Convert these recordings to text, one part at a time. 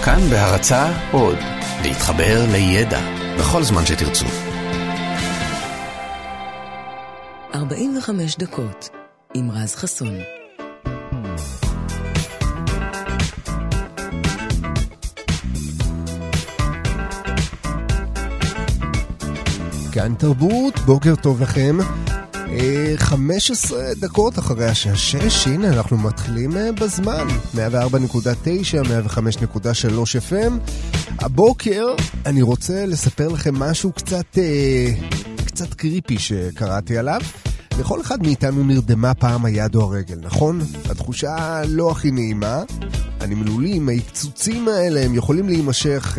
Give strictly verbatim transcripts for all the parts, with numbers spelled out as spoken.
כאן בהרצאה עוד, להתחבר לידע בכל זמן שתרצו. ארבעים וחמש דקות עם רז חסון. כאן תרבות, בוקר טוב לכם. חמש עשרה דקות אחרי השעה שש, הנה אנחנו מתחילים בזמן. מאה וארבע נקודה תשע, מאה וחמש נקודה שלוש אף אם. הבוקר אני רוצה לספר לכם משהו קצת, קצת קריפי שקראתי עליו. לכל אחד מאיתנו נרדמה פעם היד או הרגל, נכון? התחושה לא הכי נעימה. אני מלולים, ההקצוצים האלה הם יכולים להימשך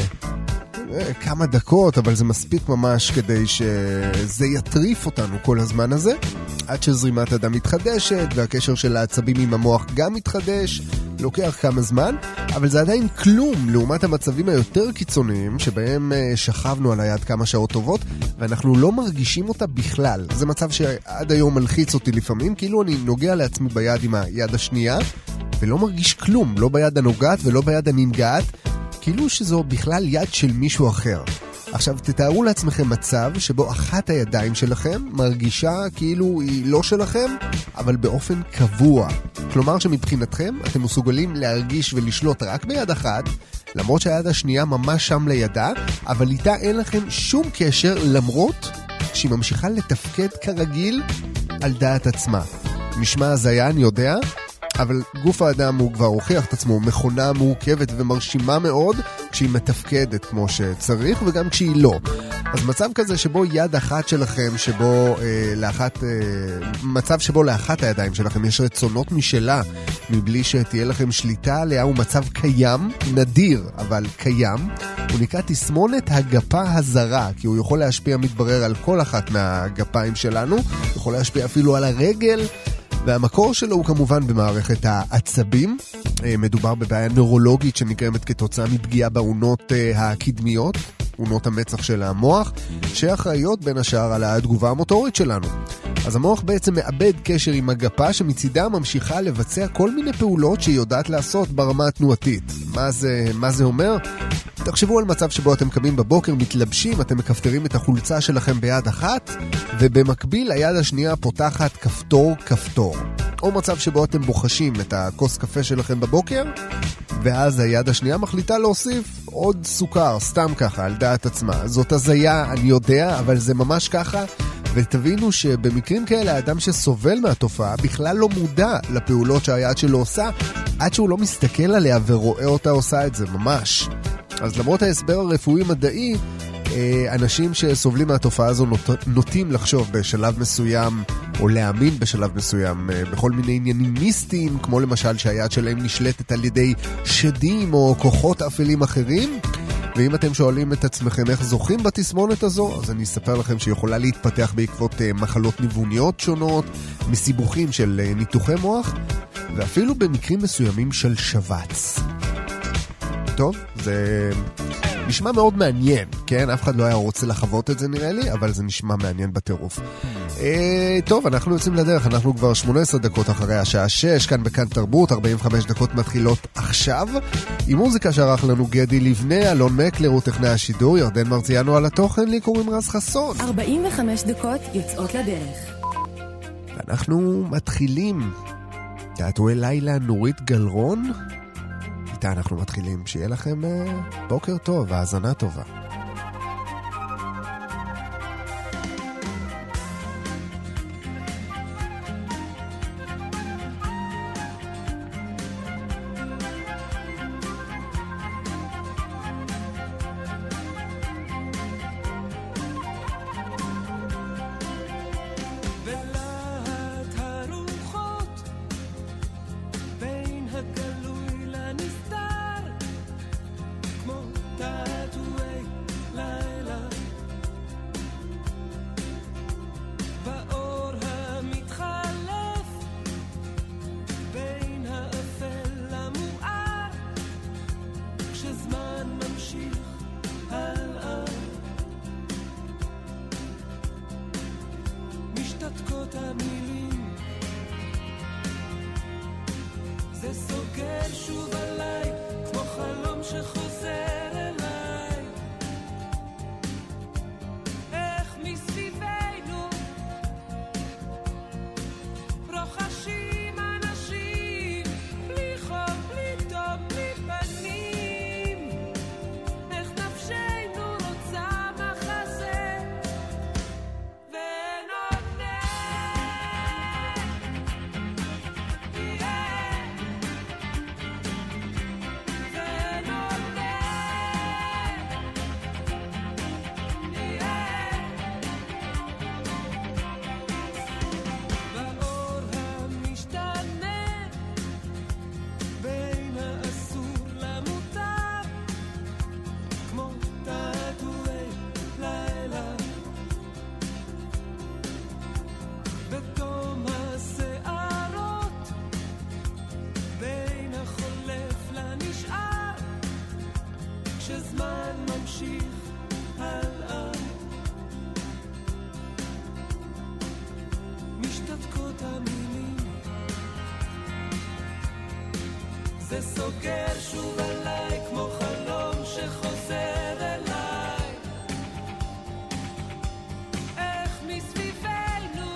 כמה דקות, אבל זה מספיק ממש כדי שזה יטריף אותנו כל הזמן הזה, עד שזרימת הדם מתחדשת והקשר של העצבים עם המוח גם מתחדש. לוקח כמה זמן, אבל זה עדיין כלום לעומת המצבים היותר קיצוניים שבהם שכבנו על היד כמה שעות טובות ואנחנו לא מרגישים אותה בכלל. זה מצב שעד היום מלחיץ אותי לפעמים, כאילו אני נוגע לעצמי ביד עם היד השנייה ולא מרגיש כלום, לא ביד הנוגעת ולא ביד הננגעת, כאילו שזו בכלל יד של מישהו אחר. עכשיו תתארו לעצמכם מצב שבו אחת הידיים שלכם מרגישה כאילו היא לא שלכם, אבל באופן קבוע. כלומר שמבחינתכם אתם מסוגלים להרגיש ולשלוט רק ביד אחת, למרות שהיד השנייה ממש שם לידה, אבל איתה אין לכם שום קשר, למרות שהיא ממשיכה לתפקד כרגיל על דעת עצמה. נשמע הזיה, אני יודע, אבל גוף האדם הוא כבר הוכיח את עצמו מכונה מורכבת ומרשימה מאוד כשהיא מתפקדת כמו שצריך וגם כשהיא לא. אז מצב כזה שבו יד אחת שלכם, שבו אה, לאחת, אה, מצב שבו לאחת הידיים שלכם יש רצונות משלה מבלי שתהיה לכם שליטה עליה, הוא מצב קיים, נדיר אבל קיים. הוא נקרא תסמונת הגפה הזרה, כי הוא יכול להשפיע מתברר על כל אחת מהגפיים שלנו, יכול להשפיע אפילו על הרגל, והמקור שלו הוא כמובן במערכת העצבים. מדובר בבעיה נוירולוגית שנגרמת כתוצאה מפגיעה בעונות הקדמיות, עונות המצח של המוח, שאחראיות בין השאר על התגובה המוטורית שלנו. אז המוח בעצם מאבד קשר עם הגפה שמצידה ממשיכה לבצע כל מיני פעולות שהיא יודעת לעשות ברמה התנועתית. מה זה, מה זה אומר? תחשבו על מצב שבו אתם קמים בבוקר, מתלבשים, אתם מכפתרים את החולצה שלכם ביד אחת, ובמקביל היד השנייה פותחת כפתור כפתור. או מצב שבו אתם בוחשים את הכוס קפה שלכם בבוקר, ואז היד השנייה מחליטה להוסיף עוד סוכר, סתם ככה, על דעת עצמה. זאת הזיה, אני יודע, אבל זה ממש ככה, ותבינו שבמקרים כאלה האדם שסובל מהתופעה בכלל לא מודע לפעולות שהיד שלו עושה, עד שהוא לא מסתכל עליה ורואה אותה עושה את זה, ממש. אז למרות ההסבר הרפואי-מדעי, אנשים שסובלים מהתופעה הזו נוט, נוטים לחשוב בשלב מסוים, או להאמין בשלב מסוים, בכל מיני עניינים מיסטיים, כמו למשל שהיד שלהם נשלטת על ידי שדים או כוחות אפלים אחרים. ואם אתם שואלים את עצמכם איך זוכים בתסמונת הזו, אז אני אספר לכם שיכולה להתפתח בעקבות מחלות ניווניות שונות, מסיבוכים של ניתוחי מוח, ואפילו במקרים מסוימים של שבץ. טוב, זה נשמע מאוד מעניין, כן? אף אחד לא היה רוצה לחוות את זה נראה לי, אבל זה נשמע מעניין בטירוף. אה, טוב, אנחנו יוצאים לדרך, אנחנו כבר שמונה עשרה דקות אחרי השעה שש, כאן בכאן תרבות, ארבעים וחמש דקות מתחילות עכשיו, עם מוזיקה שערך לנו גדי לבנה, אלון מקלר וטכנאי השידור, ירדן מרציאנו על התוכן, לי קוראים רז חסון. ארבעים וחמש דקות יוצאות לדרך. אנחנו מתחילים. תעתועי לילה נורית גלרון, איתה אנחנו מתחילים. שיהיה לכם בוקר טוב, האזנה טובה. משתתקות המילים, זה סוגר שוב עליי כמו חלום של להמשיך הלאה. משתתקות המילים, זה סוגר שוב עליי כמו חלום שחוזר אליי. איך מסביבנו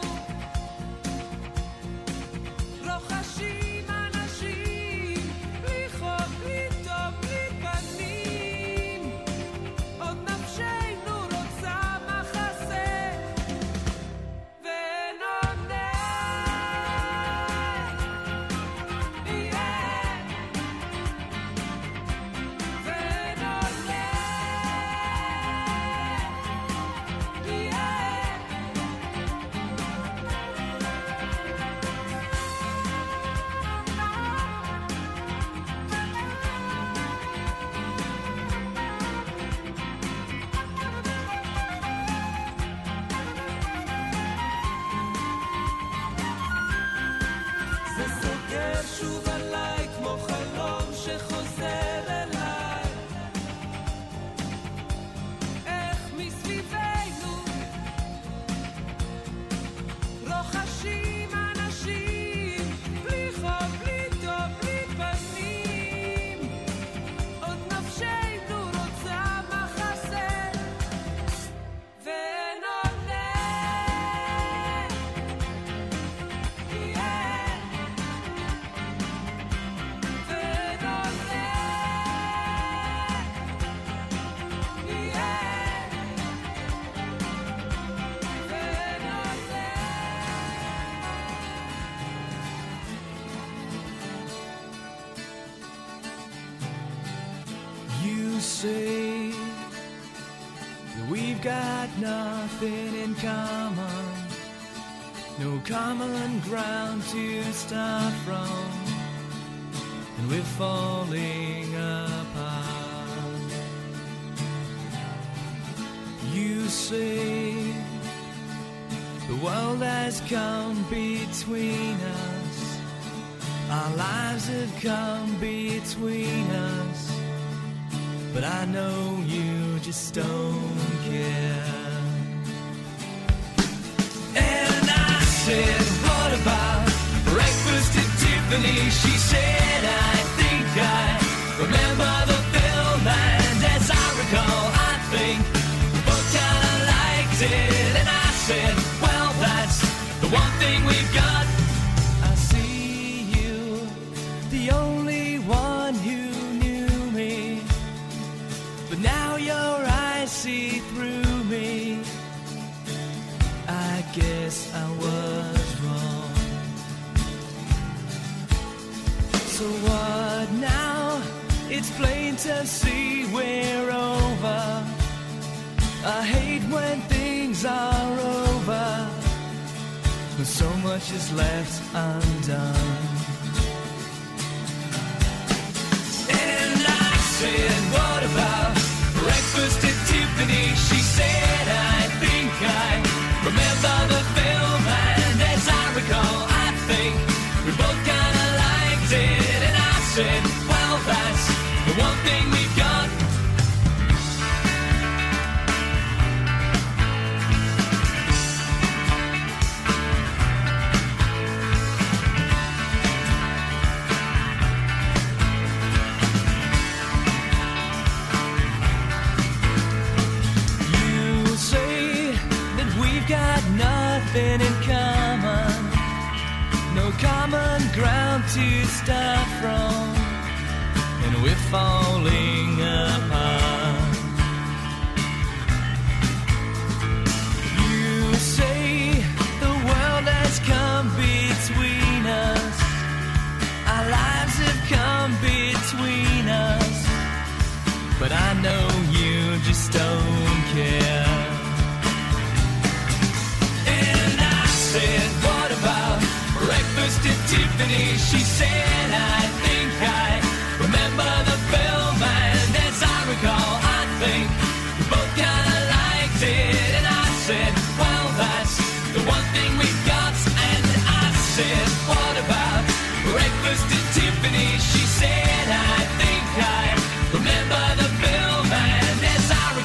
רוחשים אנשים, בלי חוק, בלי טוב, בלי פנים. עוד נפשנו רוצה מחסה ואין עונה. שוב עליי כמו חלום שחוזר אליי. איך מסביבנו רוחשים אנשים, בלי חוק, בלי טוב, בלי פנים. עוד נפשנו רוצה מחסה ואין עונה. You say that we've got nothing in common, no common ground to start from, and we're falling apart. You say the world has come between us, our lives have come between us, but I know you just don't care. And I said, what about breakfast at Tiffany? She said, I think I remember the film, and as I recall, I think we both kind of liked it. And I said, well, that's the one thing we've got. I see you, the only one who knew me, but now your eyes see through me. I guess I was wrong. So what now? It's plain to see we're over. I hate when things are over, but so much is left undone. And I said, what about breakfast at Tiffany? She said, I think I remember the film, and as I recall, I think we both kind of liked it. And I said, well, that's the one thing we've got. Got nothing in common, no common ground to start from, and we're falling apart. You say the world has come between us, our lives have come between us, but I know you just don't care. Said, what about breakfast at Tiffany? She said, I think I remember the film, and as I recall, I think we both kind of liked it. And I said, well, that's the one thing we've got. And I said, what about breakfast at Tiffany? She said, I think I remember the film, and as I recall,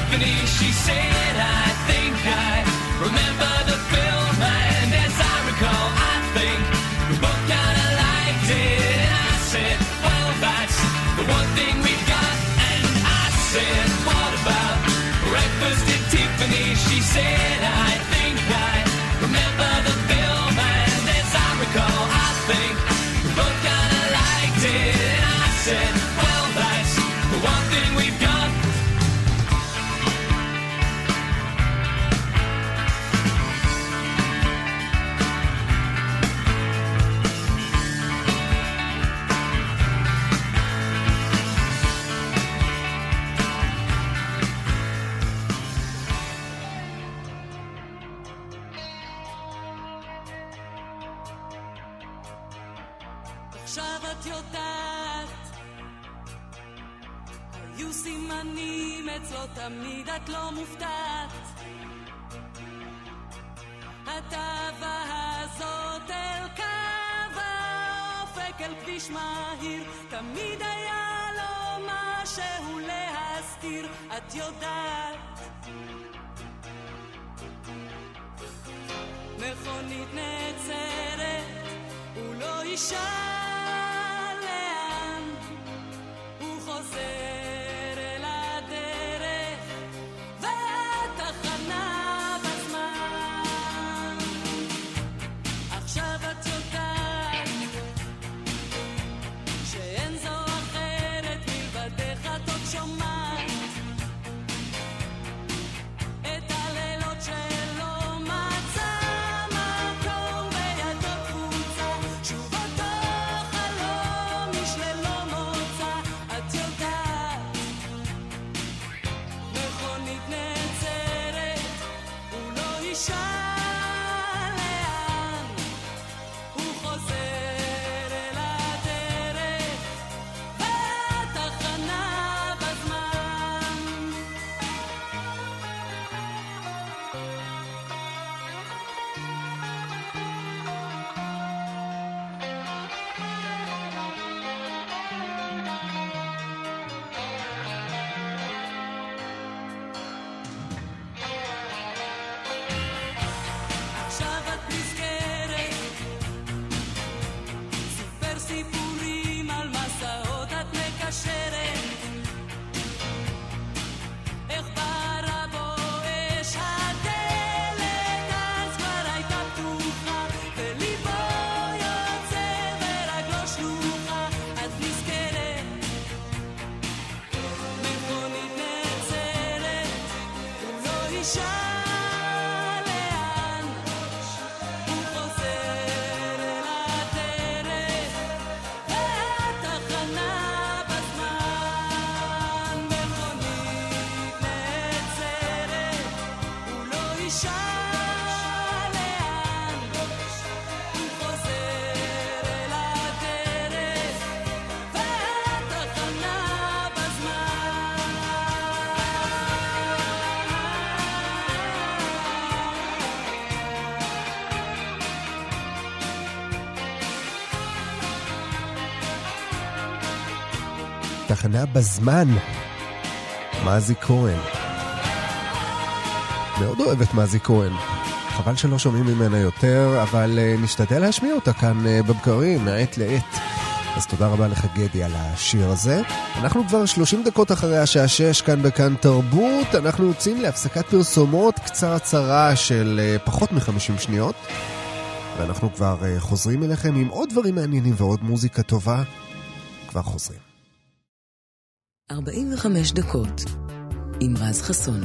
Tiffany. She said, I think I remember the film, and as I recall, I think we both kinda liked it. And I said, well, that's the one thing we've got. And I said, what about breakfast at Tiffany? She said, I think I remember the film, and as I recall, I think we both kinda liked it. And I said, well, that's the one thing we've got. עכשיו את יודעת, היו סימנים אצלו תמיד, את לא מופתעת. התאווה הזאת אל קו האופק, אל כביש מהיר, תמיד היה לו משהו להסתיר. את יודעת, מכונית נעצרת, הוא לא ישאל לאן, הוא חוזר אל הדרך והתחנה בזמן. עכשיו את יודעת שאין זו אחרת מלבדך, את עוד שומעת את הלילות שלא מצא מקום בידו קבוצה, שוב אותו חלום איש ללא מוצא. את יודעת, מכונית נעצרת, הוא לא ישאל לאן, הוא חוזר אל הדרך והתחנה בזמן. עכשיו את נזכרת, סיפר סיפורים על מסעות, את מקשרת איך בערה בו אש, הדלת אז כבר הייתה פתוחה וליבו יוצא ורגלו שלוחה. את נזכרת, מכונית נעצרת, הוא לא ישאל לאן, הוא חוזר אל הדרך והתחנה בזמן. מכונית נעצרת, הוא לא ישאל לאן, הוא חוזר אל הדרך והתחנה בזמן. תחנה בזמן, מזי כהן. מאוד אוהבת מזי כהן, חבל שלא שומעים ממנה יותר, אבל uh, נשתדל להשמיע אותה כאן uh, בבקרים מעת לעת. אז תודה רבה לך גדי על השיר הזה. אנחנו כבר שלושים דקות אחרי השעה שש כאן בכאן תרבות. אנחנו יוצאים להפסקת פרסומות קצרצרה של uh, פחות מ-חמישים שניות, ואנחנו כבר uh, חוזרים אליכם עם עוד דברים מעניינים ועוד מוזיקה טובה. כבר חוזרים. ארבעים וחמש דקות עם רז חסון.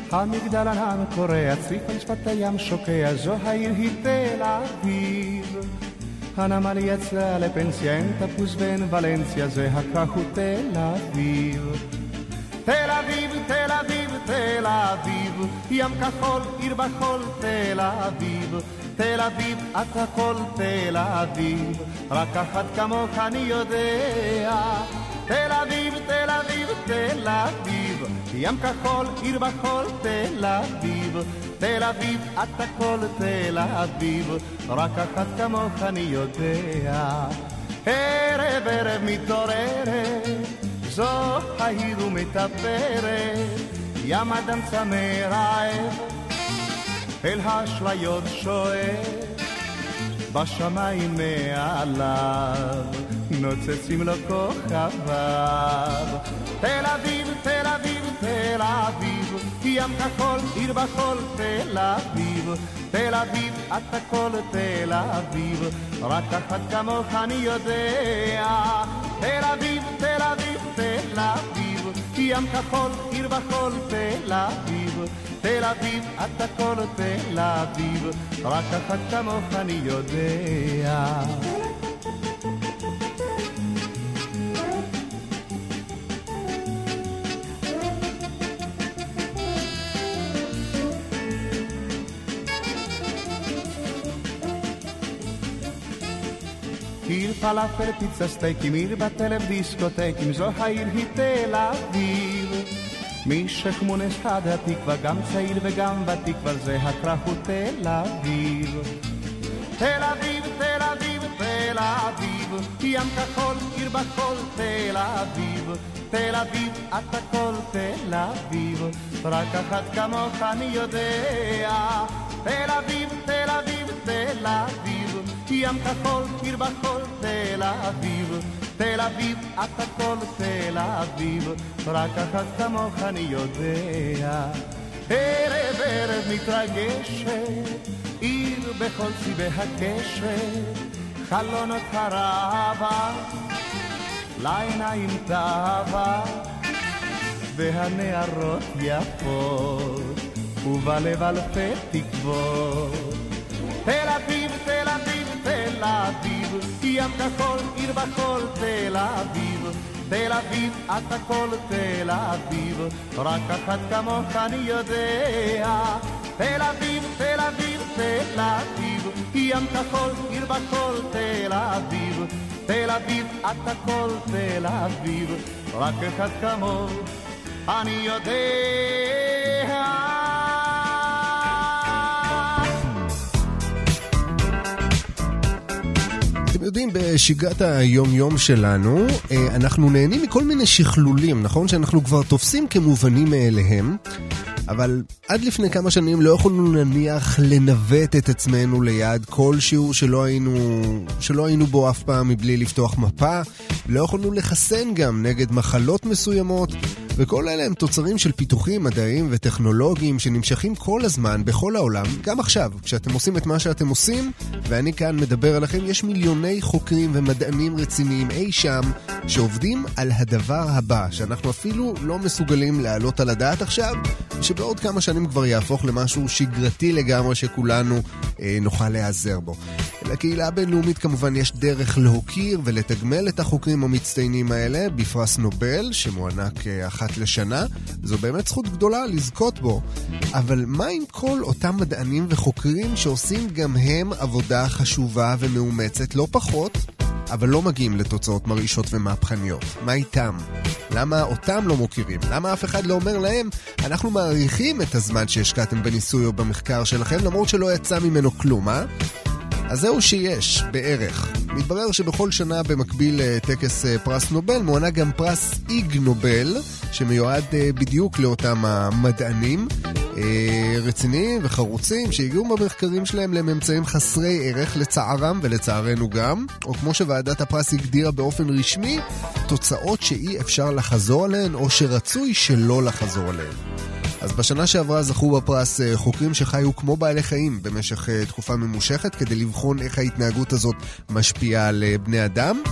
המגדל ענן קורע, צריף על שפת הים שוקע, זו העיר היא תל אביב. הנמל יצא לפנסיה, אין תפוס ואין ולנסיה, זה הכך הוא תל אביב. תל אביב, תל אביב, תל אביב, ים כחול, עיר בחול, תל אביב. תל אביב, את הכל תל אביב, רק אחת כמוך אני יודע. תל אביב, תל אביב, תל אביב, ים כחול, עיר בחול, תל אביב. תל אביב, את הכל תל אביב, רק אחת כמוך אני יודע. ערב ערב מתעוררת, זו העיר ומתאפרת, ים אדם צמא רעב, אל האשליות שואף, בשמיים מעליו, נוצצים לו כוכביו. תל אביב, תל אביב, תל אביב, ים כחול, עיר בחול, תל אביב. תל אביב, את הכל תל אביב, רק אחת כמוך אני יודע. תל אביב, תל אביב, תל אביב, ים כחול, עיר בחול, תל אביב. תל אביב, את הכל תל אביב, רק אחת כמוך אני יודע. עיר פלאפל, פיצה, סטייקים, עיר בטלב, דיסקוטקים, זו העיר היא תל אביב. מי שכמונס עד התקווה, גם צעיר וגם ותיק, אבל זה הכרך הוא תל אביב. תל אביב, תל אביב, תל אביב, ים כחול, עיר בחול, תל אביב. תל אביב, את הכל תל אביב, רק אחת כמוך אני יודע. תל אביב, תל אביב, תל אביב, ים כחול, עיר בחול, תל אביב. תל אביב, את הכל תל אביב, רק אחת כמוך אני יודע. ערב ערב מתרגשת, עיר בכל צבעי הקשת, חלונות הרעבה, לעיניים טובה, והנערות יפות, ובלב אלפי תקוות. תל אביב, תל אביב, תל אביב, ים כחול, עיר בחול, תל אביב. תל אביב, את הכל תל אביב, רק אחת כמוך אני יודע. תל אביב, תל אביב, תל אביב, ים כחול, עיר בחול, תל אביב. תל אביב, את הכל תל אביב, רק אחד כמוך אני יודע. אתם יודעים, בשגרת היום-יום שלנו, אנחנו נהנים מכל מיני שכלולים, נכון? שאנחנו כבר תופסים כמובנים מאליהם, אבל עד לפני כמה שנים לא יכולנו נניח לנווט את עצמנו ליד כלשהו שלא היינו, שלא היינו בו אף פעם מבלי לפתוח מפה, לא יכולנו לחסן גם נגד מחלות מסוימות, וכל אלה הם תוצרים של פיתוחים מדעיים וטכנולוגיים שנמשכים כל הזמן בכל העולם. גם עכשיו, כשאתם עושים את מה שאתם עושים, ואני כאן מדבר עליכם, יש מיליוני חוקרים ומדענים רציניים אי שם שעובדים על הדבר הבא, שאנחנו אפילו לא מסוגלים להעלות על הדעת עכשיו, שבעוד כמה שנים כבר יהפוך למשהו שגרתי לגמרי שכולנו אה, נוכל להיעזר בו. לקהילה הבינלאומית כמובן יש דרך להוקיר ולתגמל את החוקרים המצטיינים האלה בפרס נובל שמוענק אה, אחת לשנה. זו באמת זכות גדולה לזכות בו. אבל מה עם כל אותם מדענים וחוקרים שעושים גם הם עבודה חשובה ומאומצת לא פחות, אבל לא מגיעים לתוצאות מרעישות ומהפכניות? מה איתם? למה אותם לא מוכירים? למה אף אחד לא אומר להם, אנחנו מעריכים את הזמן שהשקעתם בניסוי או במחקר שלכם, למרות שלא יצא ממנו כלום, אה? אז זהו שיש, בערך. מתברר שבכל שנה במקביל לטקס פרס נובל, מוענק גם פרס איג נובל, שמיועד בדיוק לאותם המדענים רציניים וחרוצים שהגיעו במחקרים שלהם לממצאים חסרי ערך לצערם ולצערנו גם, או כמו שוועדת הפרס הגדירה באופן רשמי, תוצאות שאי אפשר לחזור עליהן או שרצוי שלא לחזור עליהן. אז בשנה שעברה זכו בפרס חוקרים שחיו כמו בעלי חיים במשך תקופה ממושכת כדי לבחון איך ההתנהגות הזאת משפיעה על בני אדם,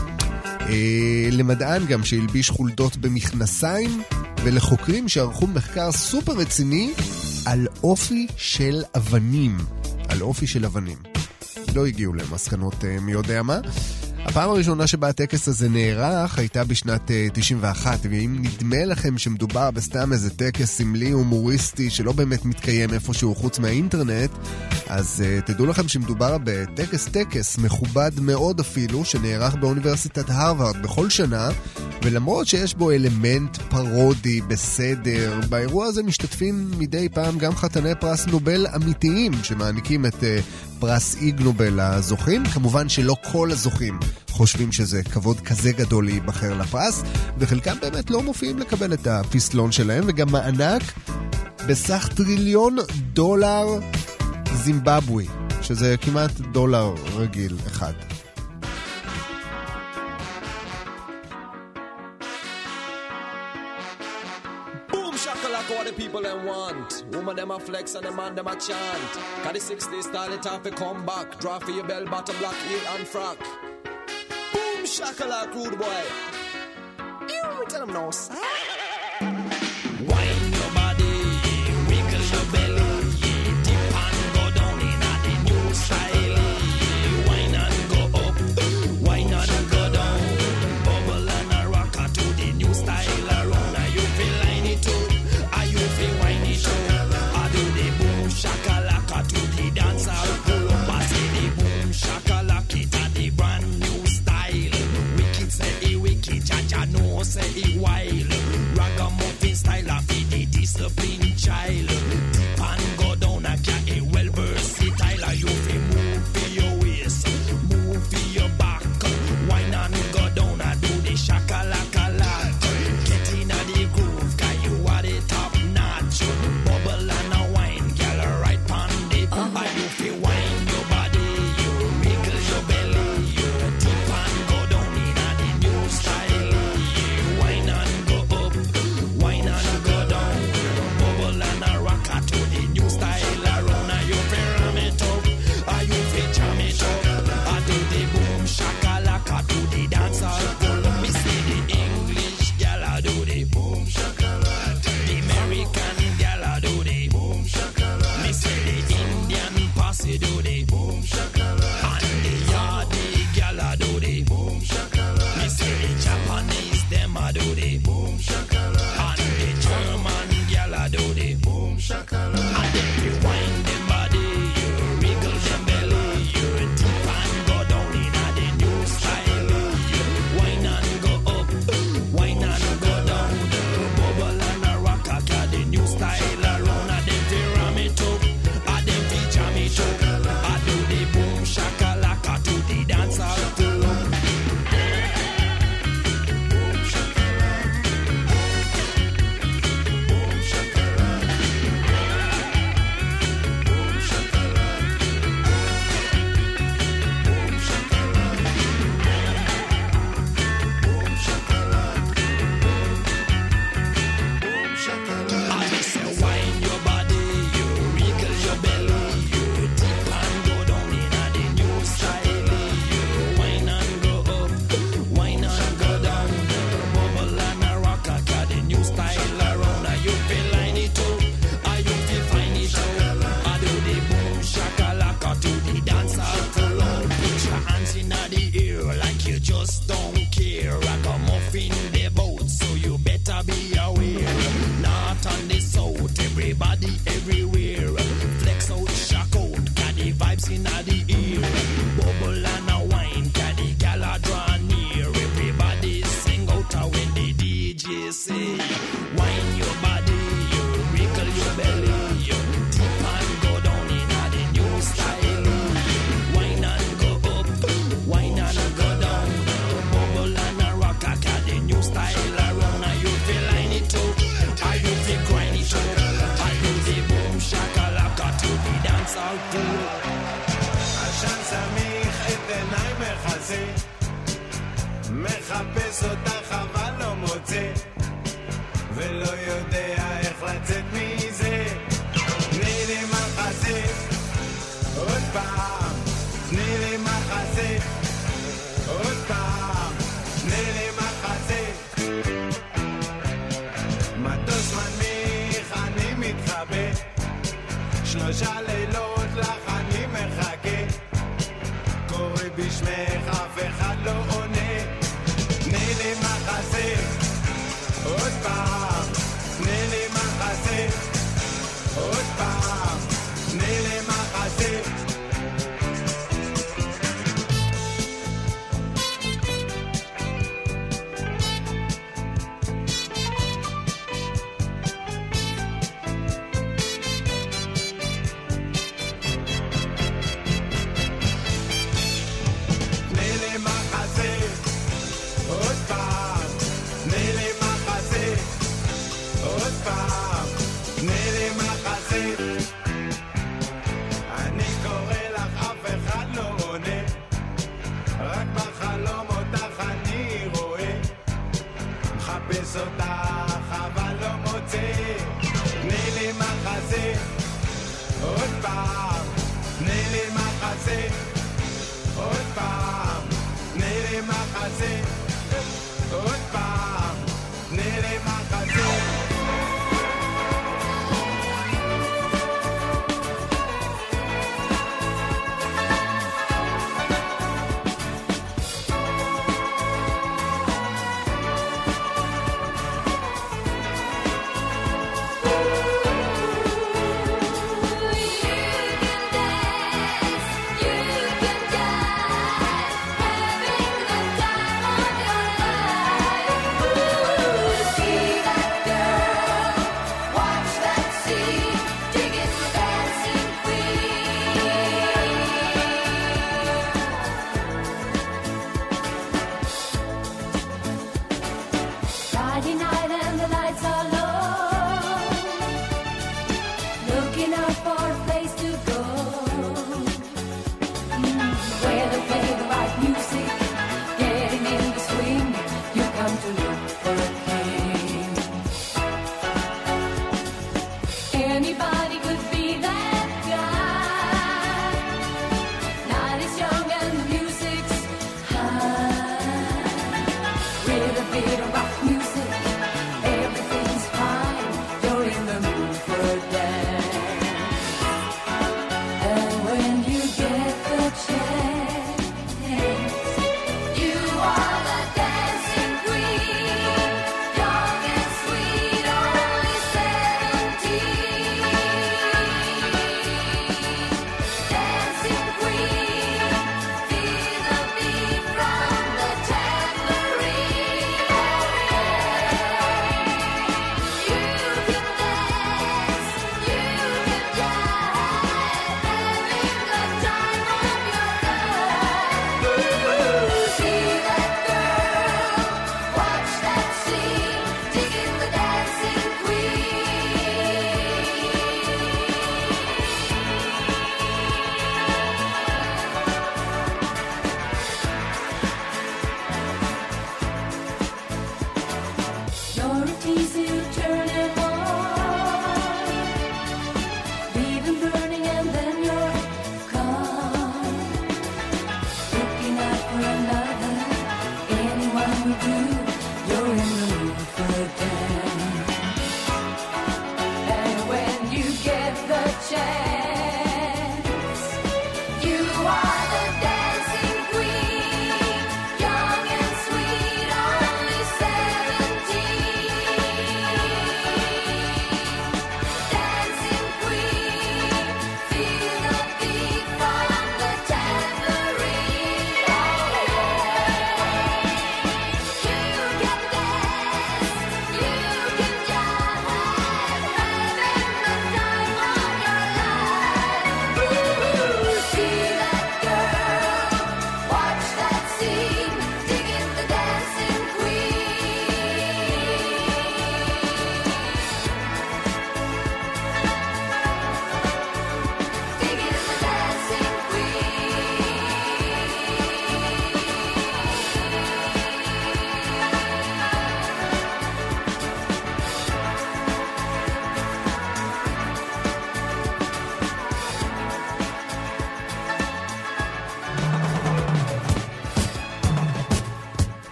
למדען גם שהלביש חולדות במכנסיים, ולחוקרים שערכו מחקר סופר רציני על אופי של אבנים. על אופי של אבנים. לא הגיעו למסקנות מי יודע מה. הפעם הראשונה שבה הטקס הזה נערך הייתה בשנת תשעים ואחת, ואם נדמה לכם שמדובר בסתם איזה טקס סמלי הומוריסטי שלא באמת מתקיים איפשהו חוץ מהאינטרנט, אז uh, תדעו לכם שמדובר בטקס טקס מכובד מאוד אפילו, שנערך באוניברסיטת הרווארד בכל שנה, ולמרות שיש בו אלמנט פרודי בסדר, באירוע הזה משתתפים מדי פעם גם חתני פרס נובל אמיתיים שמעניקים את uh, פרס איג נובל לזוכים. כמובן שלא כל הזוכים חושבים שזה כבוד כזה גדול להיבחר לפרס, וחלקם באמת לא מופיעים לקבל את הפסלון שלהם, וגם מענק בסך טריליון דולר זימבבווי, שזה כמעט דולר רגיל אחד. What the people them want. Woman them a flex and the man them a chant. Cause the sixties style it off a come back. Draw for your bell bottom black heel and frock. Boom shakalak rude boy. You tell them no sir. Wine your body, wiggle your belly, dip and go down in a the new style. Wine and go up, wine and go down. Bubble and a rocker to the new style around. Now you feel like it too. You feel whiny too. I do the boom shakalaka to the dancer. Pull up, I say the boom shakalaka to the brand new style. Wicked say he wicked, Jaja no say he wild. Ragamuffin style of the discipline child. Deep and go down, I can't a well versatile. You feel move for your waist, move for your back. Wine and go down, I do the shakalaka lot. Get in the groove, cause you are the top. Bubble and a wine, girl, right pon it. Uh-huh. You feel wine your body, you wiggle your belly, you dip and go down in a the new style. You wine and go up, wine and go down. Bubble and a rocker to the new style around. You feel ram it up, you feel jam it up. I do the boom shakalaka to the dancer. Pull up, me see the English girl, I do the boom shakalaka. The American do the boom shakalaka, and the yardy gala do the boom shakalaka. Me say the Japanese them a do the boom shakalaka, and the German gala do the boom shakalaka. And then you wind them body, you wriggle them belly, you dip and go down in a the new style. You wine and go up, wine and go down. The bubble and a rocker, the new style around. And then they ram it up, and then they jam it up. I do the boom shakalaka to the dancer pull up. Boom shakalaka, boom shakalaka, boom shakalaka, boom shakalaka. I say wine your body, you wriggle your belly. Just don't care. Ragamuffin the boat, so you better be aware. Not on the south, everybody everywhere. Flex out, shock out, got the vibes in the ear. Bubble and a wine, got the gala draw near. Everybody sing out when the D J say, wine your body, you wriggle your belly, you dip and go down in the new style. Wine and go up, wine and go down. Style around, now you feel line it up, I you feel grind it up, I do the boom shakalaka to the dance out pool. עשן סמיך את עיניי מחזה, מחפש אותך אבל לא מוצא, ולא יודע איך לצאת מזה. תני לי מחזה, עוד פעם, תני לי מחזה, עוד פעם, תני לי מחזה. מטוס מנמיך אני מתחבא, שלושה לילות לך אני מחכה, קורא בשמך אף אחד לא עונה. תני לי מחזה עוד פעם, תני לי מחזה עוד פעם, תני לי מחזה. Everything's fine, you're in the mood for a dance.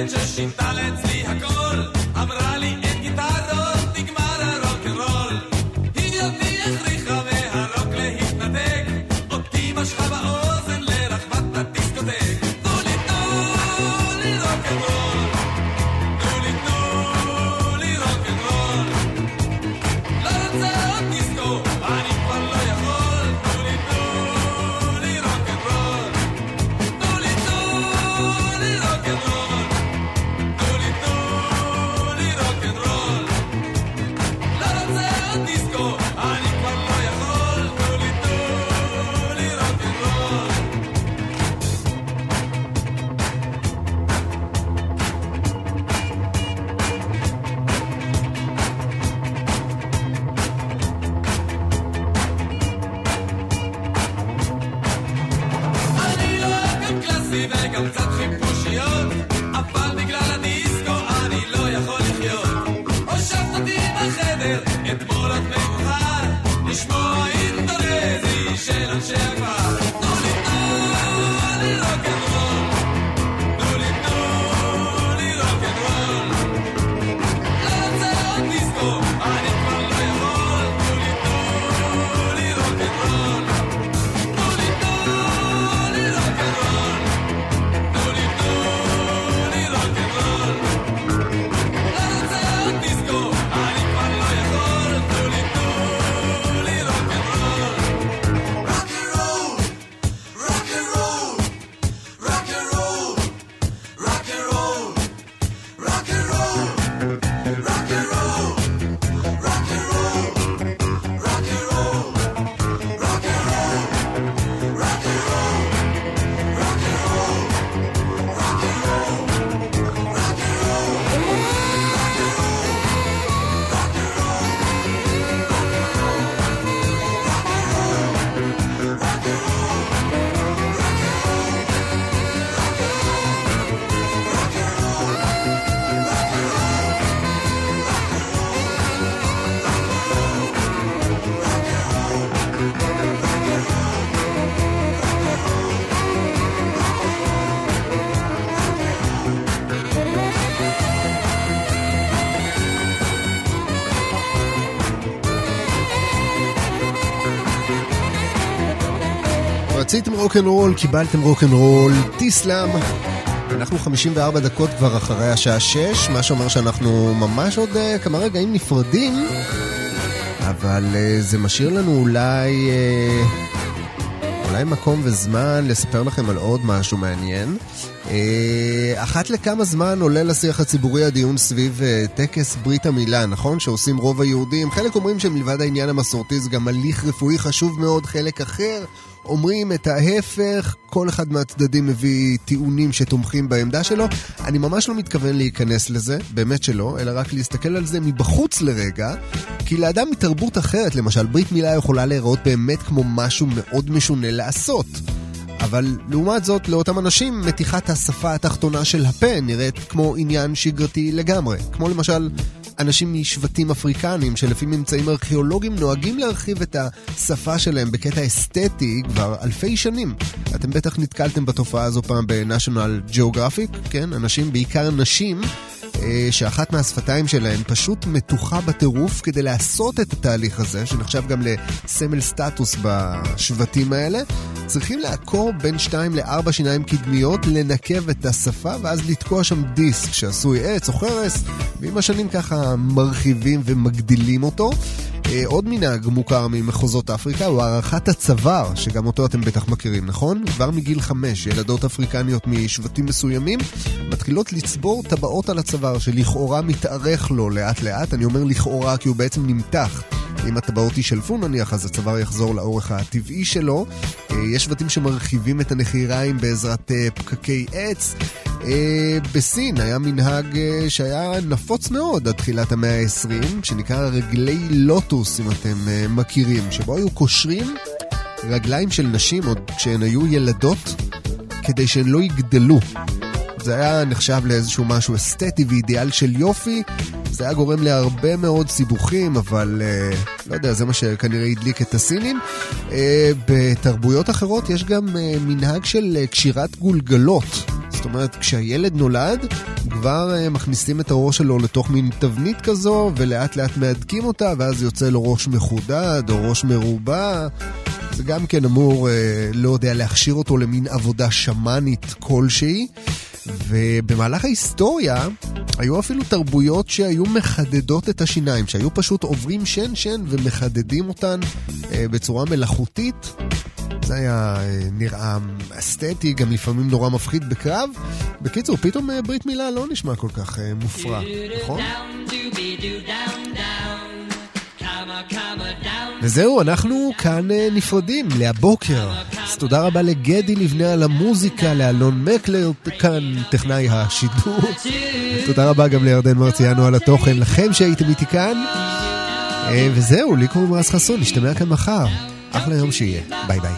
גברת ששינתה אצלי הכל, אמרה לי אין גיטרות, נגמר הרוק'נ'רול. היא אותי הכריחה מהרוק להתנתק, אותי משכה באוזן לרחבת הדיסקוטק. תנו לי, תנו לי רוק'נ'רול, תנו לי, תנו לי רוק'נ'רול. לא רוצה עוד דיסקו, אני כבר לא יכול. תנו לי, תנו לי רוק'נ'רול, תנו לי, תנו לי רוק'נ'רול, תנו לי, תנו לי רוק'נ'רול. לא רוצה עוד דיסקו, אני כבר לא יכול. תנו לי, תנו לי רוק'נ'רול. אני לא גם קלאסי וגם קצת חיפושיות, אבל בגלל הדיסקו אני לא יכול לחיות. הושבת אותי בחדר, אתמול עד מאוחר, לשמוע אינדונזי של אנשי הכפר. תנו לי, תנו לי רוק'נ'רול, תנו לי, תנו לי רוק'נ'רול. לא רוצה עוד דיסקו, אני כבר לא יכול. תנו לי, תנו לי רוק'נ'רול, תנו לי, תנו לי רוק'נ'רול, תנו לי, תנו לי רוק'נ'רול. לא רוצה עוד דיסקו, אני כבר לא יכול. תנו לי, תנו לי רוק'נ'רול. רוק'נ'רול, רוק'נ'רול, רוק'נ'רול, רוק'נ'רול, רוק'נ'רול, רוק'נ'רול, רוק'נ'רול, רוק'נ'רול, רציתם רוק'נ'רול, קיבלתם רוק'נ'רול, תיסלאם. אנחנו חמישים וארבע דקות כבר אחרי השעה שש, מה שאומר שאנחנו ממש עוד uh, כמה רגעים נפרדים, אבל uh, זה משאיר לנו אולי uh, אולי מקום וזמן לספר לכם על עוד משהו מעניין. Uh, אחת לכמה זמן עולה לשיח הציבורי הדיון סביב uh, טקס ברית המילה, נכון? שעושים רוב היהודים. חלק אומרים שמלבד העניין המסורתי זה גם הליך רפואי חשוב מאוד, חלק אחר אומרים את ההפך, כל אחד מהצדדים מביא טיעונים שתומכים בעמדה שלו. אני ממש לא מתכוון להיכנס לזה, באמת שלא, אלא רק להסתכל על זה מבחוץ לרגע, כי לאדם מתרבות אחרת, למשל, ברית מילה יכולה להיראות באמת כמו משהו מאוד משונה לעשות. אבל לעומת זאת, לאותם אנשים, מתיחת השפה התחתונה של הפה נראית כמו עניין שגרתי לגמרי. כמו למשל, אנשים משבטים אפריקנים שלפי ממצאים ארכיאולוגיים נוהגים להרחיב את השפה שלהם בקטע אסתטי כבר אלפי שנים. אתם בטח נתקלתם בתופעה הזו פעם ב-National Geographic, כן? אנשים, בעיקר נשים, שאחת מהשפתיים שלהם פשוט מתוחה בטירוף כדי לעשות את התהליך הזה, שנחשב גם לסמל סטטוס בשבטים האלה. צריכים לעקור בין שתיים לארבע שיניים קדמיות, לנקב את השפה ואז לתקוע שם דיסק שעשוי עץ או חרס, ועם השנים ככה מרחיבים ומגדילים אותו. עוד מנהג מוכר ממחוזות אפריקה הוא הערכת הצוואר, שגם אותו אתם בטח מכירים, נכון? כבר מגיל חמש, ילדות אפריקניות משבטים מסוימים מתחילות לצבור טבעות על הצוואר שלכאורה מתארך לו לאט לאט. אני אומר לכאורה כי הוא בעצם נמתח. אם הטבעות יישלפו נניח, אז הצוואר יחזור לאורך הטבעי שלו. יש שבטים שמרחיבים את הנחיריים בעזרת פקקי עץ. בסין היה מנהג שהיה נפוץ מאוד עד תחילת המאה ה-עשרים, שנקרא רגלי לוטוס, אם אתם מכירים, שבו היו קושרים רגליים של נשים עוד כשהן היו ילדות כדי שהן לא יגדלו. זה היה נחשב לאיזשהו משהו אסתטי ואידיאל של יופי. זה היה גורם להרבה מאוד סיבוכים, אבל אה, לא יודע, זה מה שכנראה הדליק את הסינים. אה, בתרבויות אחרות יש גם אה, מנהג של אה, קשירת גולגלות. זאת זאת אומרת, כשהילד נולד, כבר מכניסים את הראש שלו לתוך מין תבנית כזו, ולאט לאט מהדקים אותה, ואז יוצא לו ראש מחודד או ראש מרובע. זה גם כן אמור, לא יודע, להכשיר אותו למין עבודה שמנית כלשהי. ובמהלך ההיסטוריה היו אפילו תרבויות שהיו מחדדות את השיניים, שהיו פשוט עוברים שן שן ומחדדים אותן בצורה מלאכותית. זה היה נראה אסתטי, גם לפעמים נורא מפחיד בקרב. בקיצור, פתאום ברית מילה לא נשמע כל כך מופרע, נכון? וזהו, אנחנו כאן נפרדים להבוקר. אז תודה רבה לגדי לבנה על המוזיקה, לאלון מקלר כאן טכנאי השידור. תודה רבה גם לירדן מרציאנו על התוכן, לכם שהייתם איתי כאן. וזהו, לי קוראים רז חסון, נשתמע כאן מחר. אחלה יום שיהיה, ביי ביי.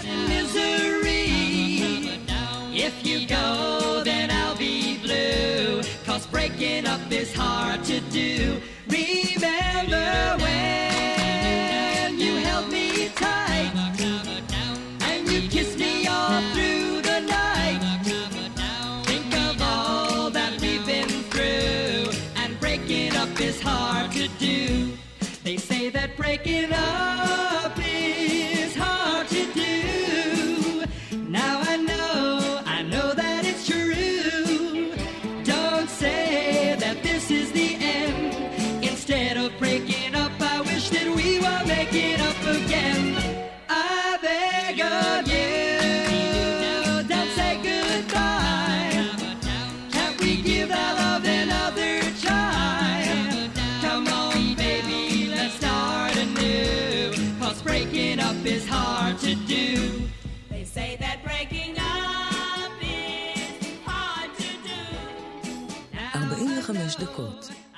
Breaking up is hard to do. Now I know, I know that it's true. Don't say that this is the end. Instead of breaking up, I wish that we were making up again. I beg of you, don't say goodbye. Can't we give that love another try? Come on, baby, let's start anew. 'Cause breaking up is hard to do. They say that breaking up is hard to do. ארבעים וחמש דקות.